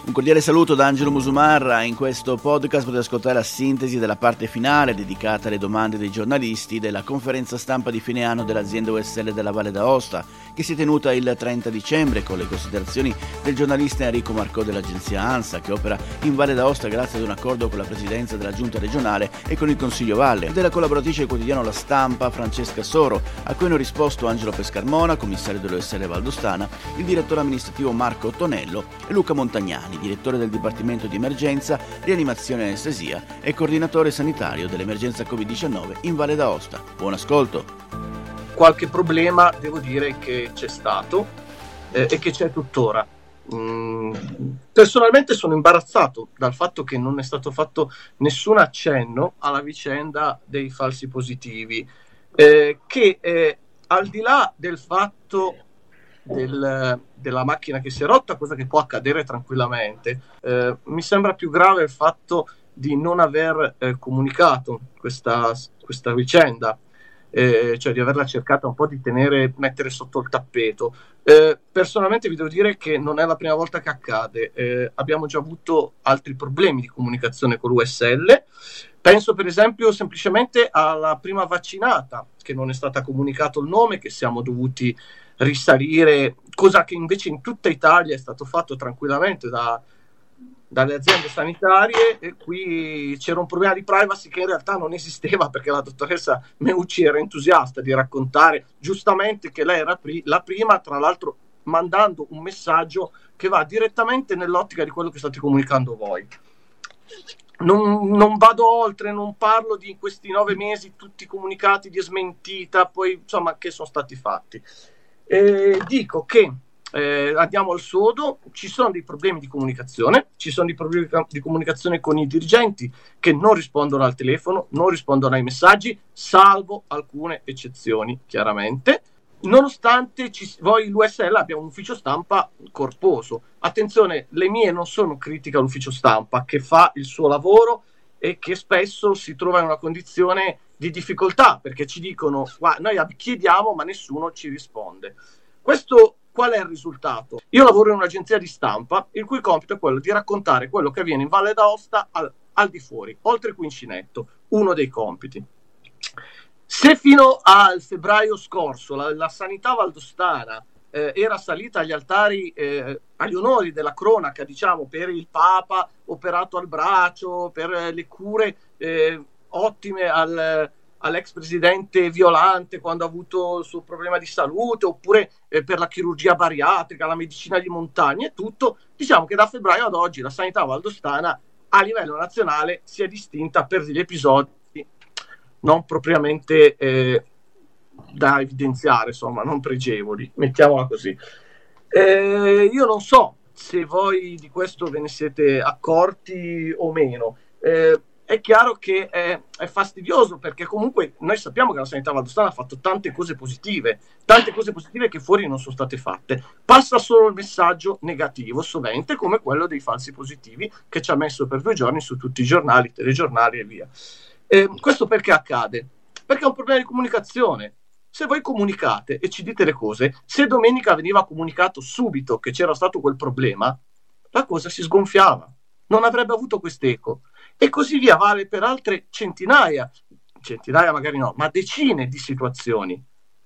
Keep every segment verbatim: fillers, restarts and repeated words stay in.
Un cordiale saluto da Angelo Musumarra. In questo podcast potete ascoltare la sintesi della parte finale dedicata alle domande dei giornalisti della conferenza stampa di fine anno dell'azienda U S L della Valle d'Aosta, che si è tenuta il trenta dicembre con le considerazioni del giornalista Enrico Marcò dell'agenzia ANSA, che opera in Valle d'Aosta grazie ad un accordo con la presidenza della giunta regionale e con il Consiglio Valle, e della collaboratrice del quotidiano La Stampa Francesca Soro, a cui hanno risposto Angelo Pescarmona, commissario dell'O S L Valdostana, il direttore amministrativo Marco Tonello e Luca Montagnani, direttore del Dipartimento di Emergenza, Rianimazione e Anestesia e coordinatore sanitario dell'emergenza covid diciannove in Valle d'Aosta. Buon ascolto. Qualche problema devo dire che c'è stato eh, e che c'è tuttora. Mm, personalmente sono imbarazzato dal fatto che non è stato fatto nessun accenno alla vicenda dei falsi positivi, eh, che eh, al di là del fatto Del, della macchina che si è rotta, cosa che può accadere tranquillamente, eh, mi sembra più grave il fatto di non aver eh, comunicato questa, questa vicenda, eh, cioè di averla cercata un po' di tenere, mettere sotto il tappeto. Eh, personalmente vi devo dire che non è la prima volta che accade, eh, abbiamo già avuto altri problemi di comunicazione con l'U S L. Penso per esempio semplicemente alla prima vaccinata, che non è stata comunicato il nome, che siamo dovuti risalire, cosa che invece in tutta Italia è stato fatto tranquillamente da, dalle aziende sanitarie, e qui c'era un problema di privacy che in realtà non esisteva, perché la dottoressa Meucci era entusiasta di raccontare giustamente che lei era pri- la prima, tra l'altro mandando un messaggio che va direttamente nell'ottica di quello che state comunicando voi. Non, non vado oltre, non parlo di questi nove mesi tutti comunicati di smentita, poi insomma che sono stati fatti. Eh, dico che eh, andiamo al sodo, ci sono dei problemi di comunicazione, ci sono dei problemi di comunicazione con i dirigenti che non rispondono al telefono, non rispondono ai messaggi, salvo alcune eccezioni chiaramente, nonostante ci, voi l'U S L abbia un ufficio stampa corposo. Attenzione, le mie non sono critiche all'ufficio stampa, che fa il suo lavoro e che spesso si trova in una condizione di difficoltà, perché ci dicono noi chiediamo ma nessuno ci risponde. Questo qual è il risultato? Io lavoro in un'agenzia di stampa il cui compito è quello di raccontare quello che avviene in Valle d'Aosta al, al di fuori, oltre Quincinetto, uno dei compiti. Se fino al febbraio scorso la, la sanità valdostana eh, era salita agli altari, eh, agli onori della cronaca, diciamo, per il Papa operato al braccio, per eh, le cure eh, ottime al, all'ex presidente Violante quando ha avuto il suo problema di salute, oppure eh, per la chirurgia bariatrica, la medicina di montagna e tutto, diciamo che da febbraio ad oggi la sanità valdostana a livello nazionale si è distinta per degli episodi non propriamente eh, da evidenziare, insomma, non pregevoli, mettiamola così. Eh, io non so se voi di questo ve ne siete accorti o meno. Eh, è chiaro che è, è fastidioso, perché comunque noi sappiamo che la sanità valdostana ha fatto tante cose positive, tante cose positive che fuori non sono state fatte. Passa solo il messaggio negativo, sovente, come quello dei falsi positivi, che ci ha messo per due giorni su tutti i giornali, telegiornali e via. Eh, questo perché accade? Perché è un problema di comunicazione. Se voi comunicate e ci dite le cose, se domenica veniva comunicato subito che c'era stato quel problema, la cosa si sgonfiava, non avrebbe avuto quest'eco, e così via vale per altre centinaia, centinaia magari no, ma decine di situazioni.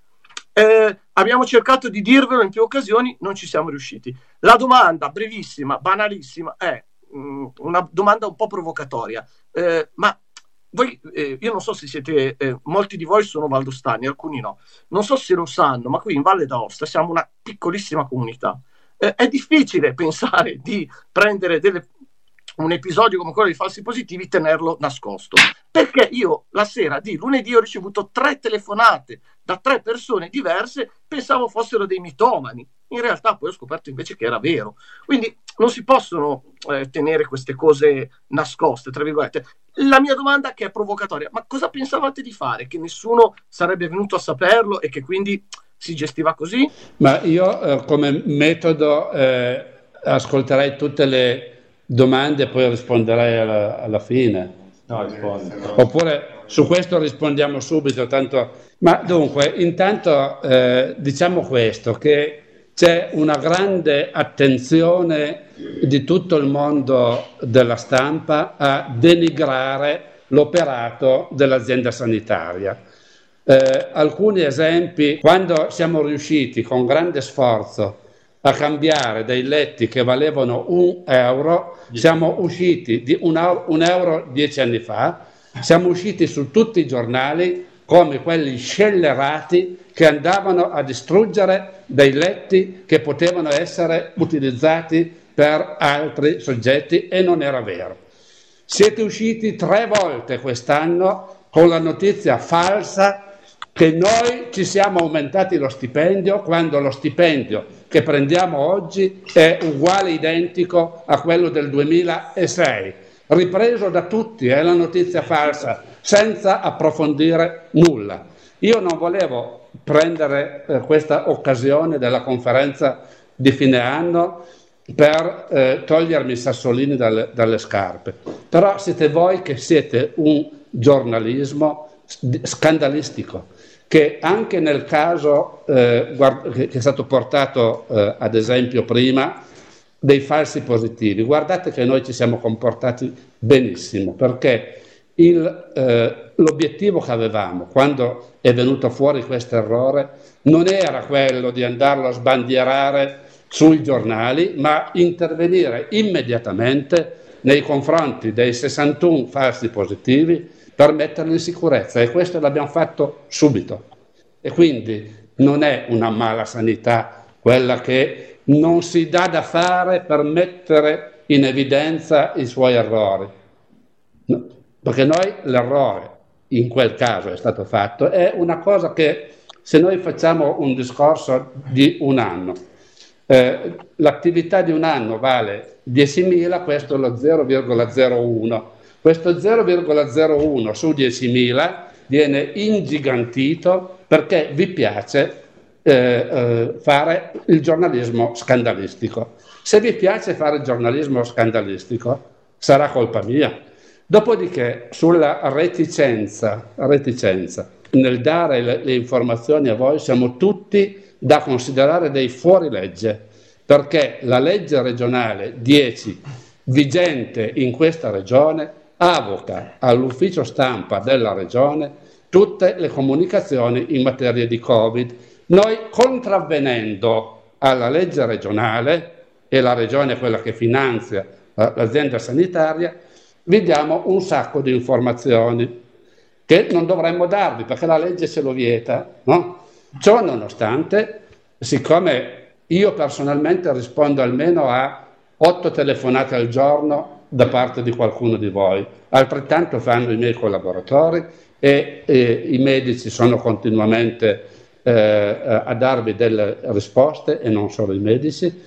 Eh, abbiamo cercato di dirvelo in più occasioni, non ci siamo riusciti. La domanda brevissima, banalissima, è mh, una domanda un po' provocatoria, eh, ma voi, eh, io non so se siete, eh, molti di voi sono valdostani, alcuni no, non so se lo sanno, ma qui in Valle d'Aosta siamo una piccolissima comunità. Eh, è difficile pensare di prendere delle, un episodio come quello dei falsi positivi e tenerlo nascosto, perché io la sera di lunedì ho ricevuto tre telefonate da tre persone diverse, pensavo fossero dei mitomani, in realtà poi ho scoperto invece che era vero. Quindi non si possono eh, tenere queste cose nascoste, tra virgolette. La mia domanda, che è provocatoria: ma cosa pensavate di fare? Che nessuno sarebbe venuto a saperlo e che quindi si gestiva così? Ma io eh, come metodo eh, ascolterei tutte le domande e poi risponderei alla, alla fine. No, rispondi. Oppure su questo rispondiamo subito, tanto. Ma dunque, intanto eh, diciamo questo, che c'è una grande attenzione di tutto il mondo della stampa a denigrare l'operato dell'azienda sanitaria. Eh, alcuni esempi: quando siamo riusciti con grande sforzo a cambiare dei letti che valevano un euro, siamo usciti di un euro, un euro dieci anni fa, siamo usciti su tutti i giornali come quelli scellerati che andavano a distruggere dei letti che potevano essere utilizzati per altri soggetti, e non era vero. Siete usciti tre volte quest'anno con la notizia falsa che noi ci siamo aumentati lo stipendio, quando lo stipendio che prendiamo oggi è uguale, identico a quello del duemilasei, ripreso da tutti, è la notizia falsa, senza approfondire nulla. Io non volevo prendere eh, questa occasione della conferenza di fine anno per eh, togliermi i sassolini dalle, dalle scarpe, però siete voi che siete un giornalismo scandalistico, che anche nel caso eh, guard- che è stato portato eh, ad esempio prima dei falsi positivi, guardate che noi ci siamo comportati benissimo, perché il, eh, l'obiettivo che avevamo quando è venuto fuori questo errore non era quello di andarlo a sbandierare sui giornali, ma intervenire immediatamente nei confronti dei sessantuno falsi positivi per metterli in sicurezza, e questo l'abbiamo fatto subito. E quindi non è una mala sanità quella che non si dà da fare per mettere in evidenza i suoi errori, no, perché noi l'errore in quel caso è stato fatto, è una cosa che, se noi facciamo un discorso di un anno, eh, l'attività di un anno vale diecimila, questo è lo zero virgola zero uno. Questo zero virgola zero uno su diecimila viene ingigantito perché vi piace eh, eh, fare il giornalismo scandalistico. Se vi piace fare il giornalismo scandalistico, sarà colpa mia. Dopodiché, sulla reticenza, reticenza nel dare le, le informazioni a voi, siamo tutti da considerare dei fuorilegge, perché la legge regionale dieci vigente in questa regione avoca all'ufficio stampa della regione tutte le comunicazioni in materia di Covid. Noi, contravvenendo alla legge regionale, e la regione è quella che finanzia l'azienda sanitaria, vi diamo un sacco di informazioni che non dovremmo darvi perché la legge ce lo vieta, no? Ciò nonostante, siccome io personalmente rispondo almeno a otto telefonate al giorno da parte di qualcuno di voi, altrettanto fanno i miei collaboratori, e, e i medici sono continuamente eh, a darvi delle risposte, e non solo i medici.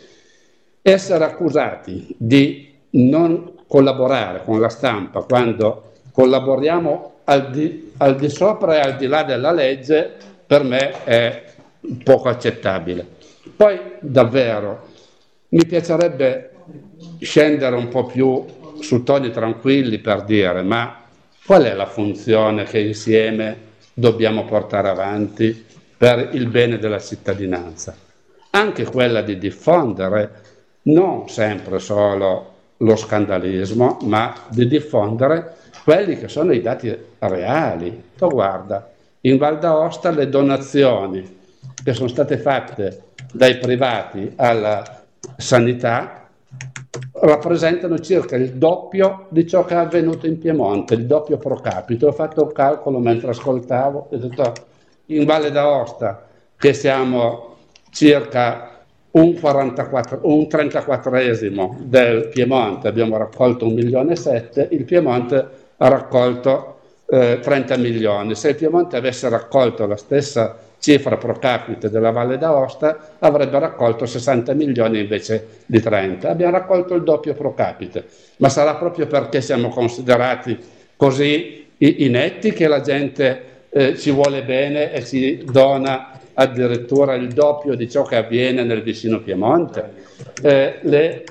Essere accusati di non collaborare con la stampa quando collaboriamo al di, al di sopra e al di là della legge, per me è poco accettabile. Poi davvero mi piacerebbe scendere un po' più su toni tranquilli per dire: ma qual è la funzione che insieme dobbiamo portare avanti per il bene della cittadinanza? Anche quella di diffondere non sempre solo lo scandalismo, ma di diffondere quelli che sono i dati reali. Tu guarda, in Val d'Aosta le donazioni che sono state fatte dai privati alla sanità rappresentano circa il doppio di ciò che è avvenuto in Piemonte, il doppio pro capite. Ho fatto un calcolo mentre ascoltavo, ho detto, in Valle d'Aosta, che siamo circa un, quarantaquattro, un trentaquattresimo del Piemonte, abbiamo raccolto un milione e sette, il Piemonte ha raccolto eh, trenta milioni. Se il Piemonte avesse raccolto la stessa cifra pro capite della Valle d'Aosta, avrebbe raccolto sessanta milioni invece di trenta. Abbiamo raccolto il doppio pro capite, ma sarà proprio perché siamo considerati così inetti che la gente eh, ci vuole bene e ci dona addirittura il doppio di ciò che avviene nel vicino Piemonte. Eh, le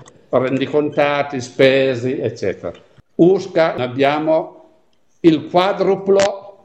rendicontati, spesi, eccetera. U S C A abbiamo il quadruplo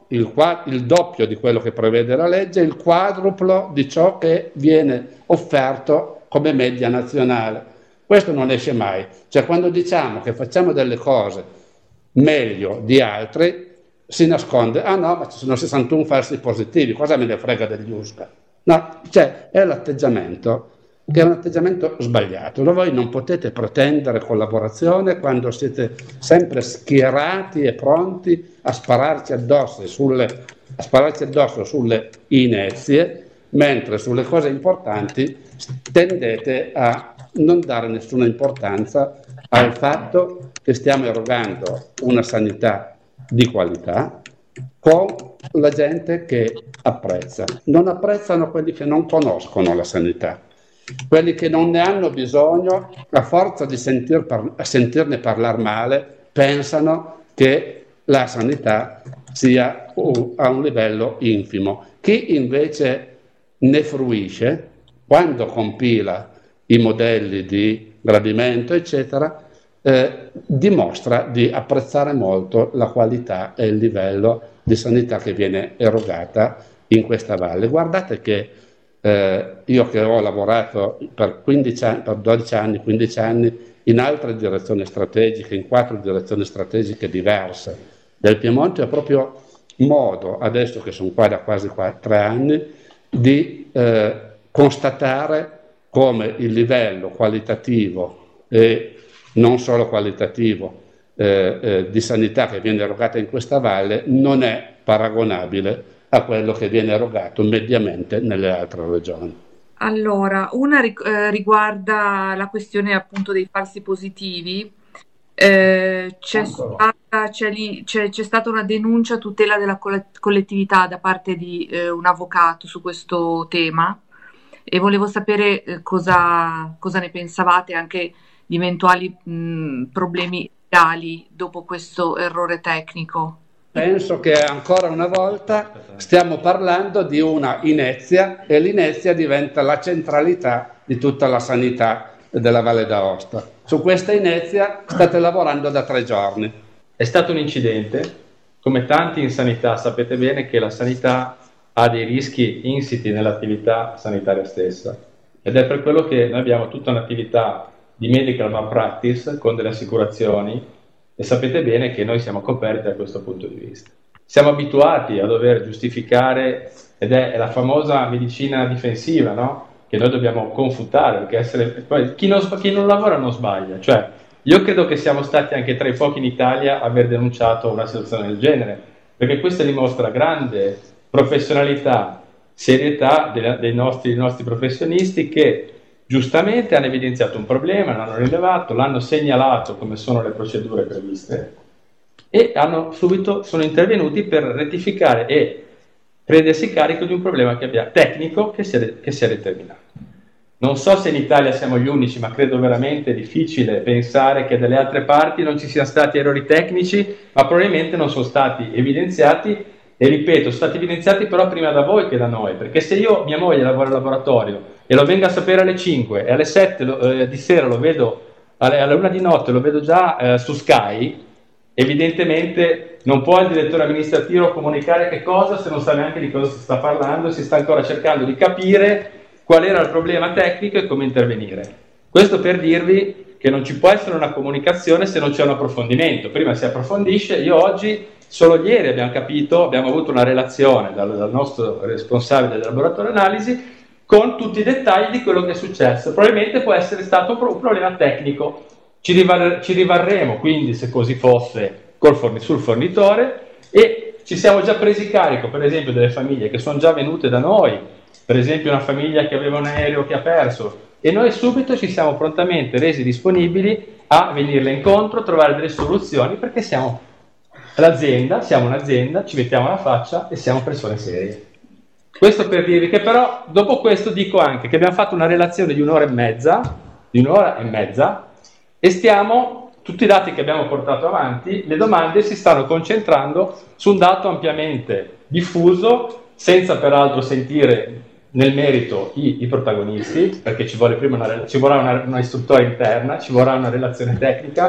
il, il doppio di quello che prevede la legge, il quadruplo di ciò che viene offerto come media nazionale. Questo non esce mai. Cioè, quando diciamo che facciamo delle cose meglio di altri, si nasconde, ah no, ma ci sono sessantuno falsi positivi, cosa me ne frega degli U S C A? No, cioè, è l'atteggiamento che è un atteggiamento sbagliato. Voi non potete pretendere collaborazione quando siete sempre schierati e pronti a spararci addosso sulle, a spararci addosso sulle inezie, mentre sulle cose importanti tendete a non dare nessuna importanza al fatto che stiamo erogando una sanità di qualità con la gente che apprezza. Non apprezzano quelli che non conoscono la sanità. Quelli che non ne hanno bisogno, a forza di sentir par- sentirne parlare male, pensano che la sanità sia uh, a un livello infimo. Chi invece ne fruisce, quando compila i modelli di gradimento, eccetera, eh, dimostra di apprezzare molto la qualità e il livello di sanità che viene erogata in questa valle. Guardate che Eh, io che ho lavorato per, quindici anni, per dodici anni, quindici anni in altre direzioni strategiche, in quattro direzioni strategiche diverse del Piemonte, ho proprio modo, adesso che sono qua da quasi tre anni, di eh, constatare come il livello qualitativo e non solo qualitativo eh, eh, di sanità che viene erogata in questa valle non è paragonabile a quello che viene erogato mediamente nelle altre regioni. Allora, una eh, riguarda la questione appunto dei falsi positivi. Eh, c'è, stata, c'è, lì, c'è, c'è stata una denuncia a tutela della collettività da parte di eh, un avvocato su questo tema e volevo sapere eh, cosa, cosa ne pensavate, anche di eventuali mh, problemi legali dopo questo errore tecnico. Penso che ancora una volta stiamo parlando di una inezia e l'inezia diventa la centralità di tutta la sanità della Valle d'Aosta. Su questa inezia state lavorando da tre giorni. È stato un incidente, come tanti in sanità sapete bene che la sanità ha dei rischi insiti nell'attività sanitaria stessa ed è per quello che noi abbiamo tutta un'attività di medical malpractice con delle assicurazioni. E sapete bene che noi siamo coperti da questo punto di vista. Siamo abituati a dover giustificare, ed è la famosa medicina difensiva, no? Che noi dobbiamo confutare, perché essere, poi, chi, non, chi non lavora non sbaglia. Cioè, io credo che siamo stati anche tra i pochi in Italia a aver denunciato una situazione del genere, perché questo dimostra grande professionalità, serietà dei, dei, nostri, dei nostri professionisti che giustamente hanno evidenziato un problema, l'hanno rilevato, l'hanno segnalato come sono le procedure previste e hanno subito sono intervenuti per rettificare e prendersi carico di un problema che abbia, tecnico che si, è, che si è determinato. Non so se in Italia siamo gli unici, ma credo veramente difficile pensare che dalle altre parti non ci siano stati errori tecnici, ma probabilmente non sono stati evidenziati e ripeto, sono stati evidenziati però prima da voi che da noi, perché se io, mia moglie lavora al laboratorio e lo vengo a sapere alle cinque e alle sette lo, eh, di sera lo vedo, alle, alle una di notte lo vedo già eh, su Sky, evidentemente non può il direttore amministrativo comunicare che cosa se non sa neanche di cosa si sta parlando, si sta ancora cercando di capire qual era il problema tecnico e come intervenire. Questo per dirvi che non ci può essere una comunicazione se non c'è un approfondimento. Prima si approfondisce. Io oggi, solo ieri abbiamo capito, abbiamo avuto una relazione dal, dal nostro responsabile del laboratorio analisi con tutti i dettagli di quello che è successo. Probabilmente può essere stato un problema tecnico. Ci, rivar- ci rivarremo quindi, se così fosse, col forni- sul fornitore e ci siamo già presi carico, per esempio, delle famiglie che sono già venute da noi, per esempio una famiglia che aveva un aereo che ha perso, e noi subito ci siamo prontamente resi disponibili a venirle incontro, trovare delle soluzioni, perché siamo l'azienda, siamo un'azienda, ci mettiamo la faccia e siamo persone serie. Questo per dirvi che però dopo questo dico anche che abbiamo fatto una relazione di un'ora e mezza, di un'ora e mezza, e stiamo, tutti i dati che abbiamo portato avanti, le domande si stanno concentrando su un dato ampiamente diffuso, senza peraltro sentire nel merito i, i protagonisti, perché ci vuole prima una, ci vorrà una, una istruttoria interna, ci vorrà una relazione tecnica,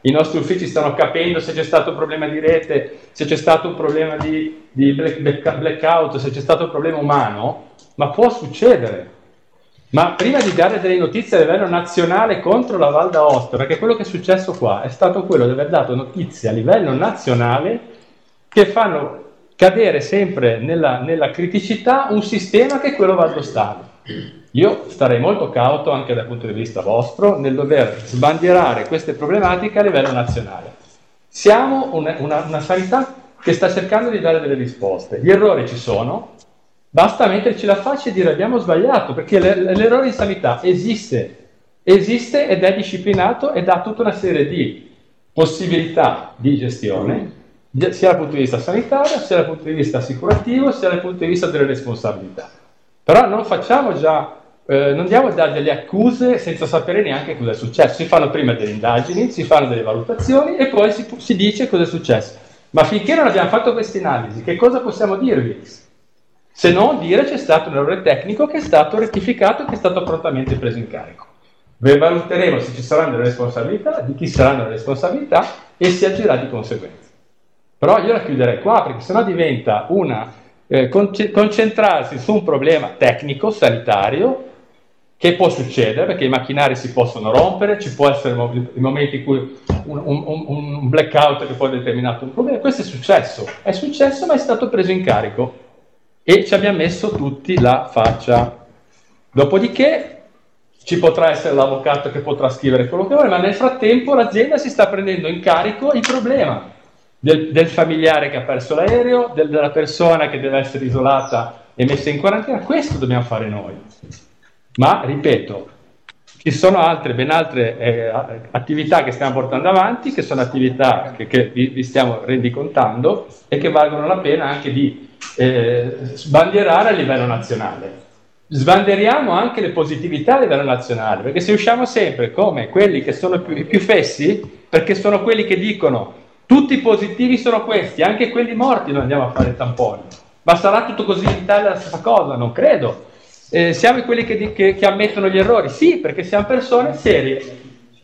i nostri uffici stanno capendo se c'è stato un problema di rete, se c'è stato un problema di, di black, black, blackout, se c'è stato un problema umano, ma può succedere. Ma prima di dare delle notizie a livello nazionale contro la Val d'Aosta, perché quello che è successo qua è stato quello di aver dato notizie a livello nazionale che fanno cadere sempre nella, nella criticità un sistema che è quello valdostano. Io starei molto cauto anche dal punto di vista vostro nel dover sbandierare queste problematiche a livello nazionale. Siamo una, una, una sanità che sta cercando di dare delle risposte. Gli errori ci sono, basta metterci la faccia e dire abbiamo sbagliato, perché l'errore in sanità esiste, esiste ed è disciplinato e dà tutta una serie di possibilità di gestione, sia dal punto di vista sanitario, sia dal punto di vista assicurativo, sia dal punto di vista delle responsabilità. Però non facciamo già, eh, non diamo già delle accuse senza sapere neanche cosa è successo. Si fanno prima delle indagini, si fanno delle valutazioni e poi si, si dice cosa è successo. Ma finché non abbiamo fatto queste analisi, che cosa possiamo dirvi? Se non dire c'è stato un errore tecnico che è stato rettificato e che è stato prontamente preso in carico. Vi valuteremo se ci saranno delle responsabilità, di chi saranno le responsabilità e si agirà di conseguenza. Però io la chiuderei qua perché sennò diventa una eh, concentrarsi su un problema tecnico, sanitario, che può succedere perché i macchinari si possono rompere, ci può essere i momenti in cui un, un, un blackout che può determinare un problema. Questo è successo, è successo ma è stato preso in carico e ci abbiamo messo tutti la faccia. Dopodiché ci potrà essere l'avvocato che potrà scrivere quello che vuole, ma nel frattempo l'azienda si sta prendendo in carico il problema del, del familiare che ha perso l'aereo, del, della persona che deve essere isolata e messa in quarantena. Questo dobbiamo fare noi. Ma, ripeto, ci sono altre, ben altre eh, attività che stiamo portando avanti, che sono attività che, che vi, vi stiamo rendicontando e che valgono la pena anche di eh, sbandierare a livello nazionale. Sbandieriamo anche le positività a livello nazionale, perché se usciamo sempre come quelli che sono più, più fessi, perché sono quelli che dicono tutti i positivi sono questi, anche quelli morti non andiamo a fare tamponi, ma sarà tutto così in Italia la stessa cosa? Non credo. Eh, siamo quelli che, che, che ammettono gli errori? Sì, perché siamo persone serie.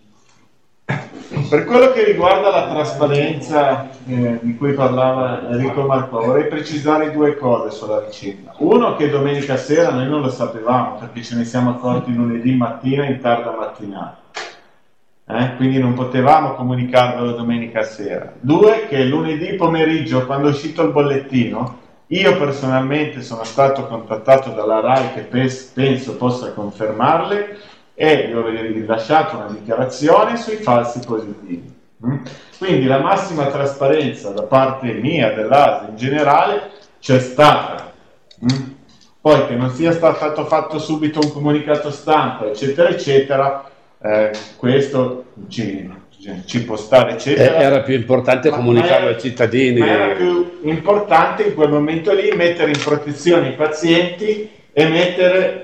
Per quello che riguarda la trasparenza eh, di cui parlava Enrico Marco, vorrei precisare due cose sulla vicenda. Uno, che domenica sera noi non lo sapevamo perché ce ne siamo accorti lunedì mattina in tarda mattinata, eh? Quindi non potevamo comunicarvelo domenica sera. Due, che lunedì pomeriggio, quando è uscito il bollettino, io personalmente sono stato contattato dalla RAI, che penso possa confermarle, e gli ho rilasciato una dichiarazione sui falsi positivi. Quindi la massima trasparenza da parte mia, dell'A S I in generale, c'è stata. Poi che non sia stato fatto subito un comunicato stampa, eccetera, eccetera, eh, questo ci, ci può stare, eccetera. Era più importante comunicarlo ai cittadini. Ma era più importante in quel momento lì mettere in protezione i pazienti e mettere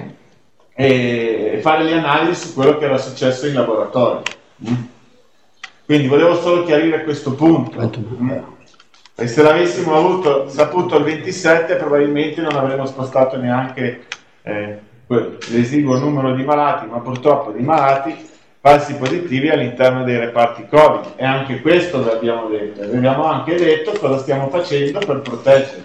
e fare le analisi su quello che era successo in laboratorio. Quindi volevo solo chiarire questo punto. E se l'avessimo avuto, saputo il ventisette, probabilmente non avremmo spostato neanche eh, l'esiguo numero di malati, ma purtroppo di malati falsi positivi all'interno dei reparti Covid. E anche questo lo abbiamo detto. Abbiamo anche detto cosa stiamo facendo per proteggerli.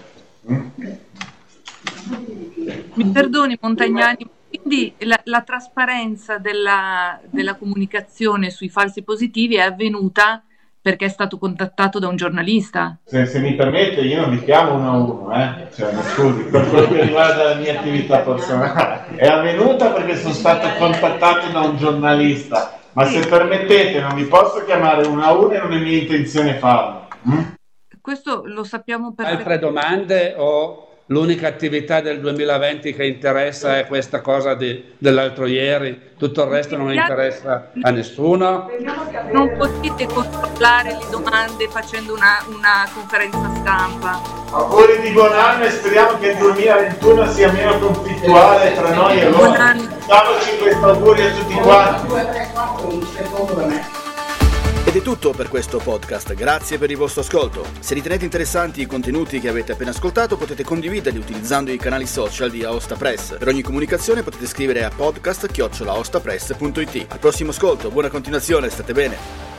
Mi perdoni, Montagnani, quindi la, la trasparenza della, della comunicazione sui falsi positivi è avvenuta perché è stato contattato da un giornalista? Se, se mi permette, io non vi chiamo uno a uno, eh? Cioè, mi scusi, per quello che riguarda la mia attività personale. È avvenuta perché sono stato contattato da un giornalista, ma se permettete non vi posso chiamare uno a uno e non è mia intenzione farlo. Mm? Questo lo sappiamo perfettamente. Altre domande o l'unica attività del duemilaventi che interessa è questa cosa di, dell'altro ieri? Tutto il resto non interessa a nessuno? Non potete controllare le domande facendo una, una conferenza stampa. Auguri di buon anno e speriamo che il duemilaventuno sia meno conflittuale tra noi e loro. Diamoci questo augurio a tutti quanti. Ed è tutto per questo podcast, grazie per il vostro ascolto. Se ritenete interessanti i contenuti che avete appena ascoltato, potete condividerli utilizzando i canali social di Aosta Press. Per ogni comunicazione potete scrivere a podcast chiocciola aostapress punto it. Al prossimo ascolto, buona continuazione, state bene.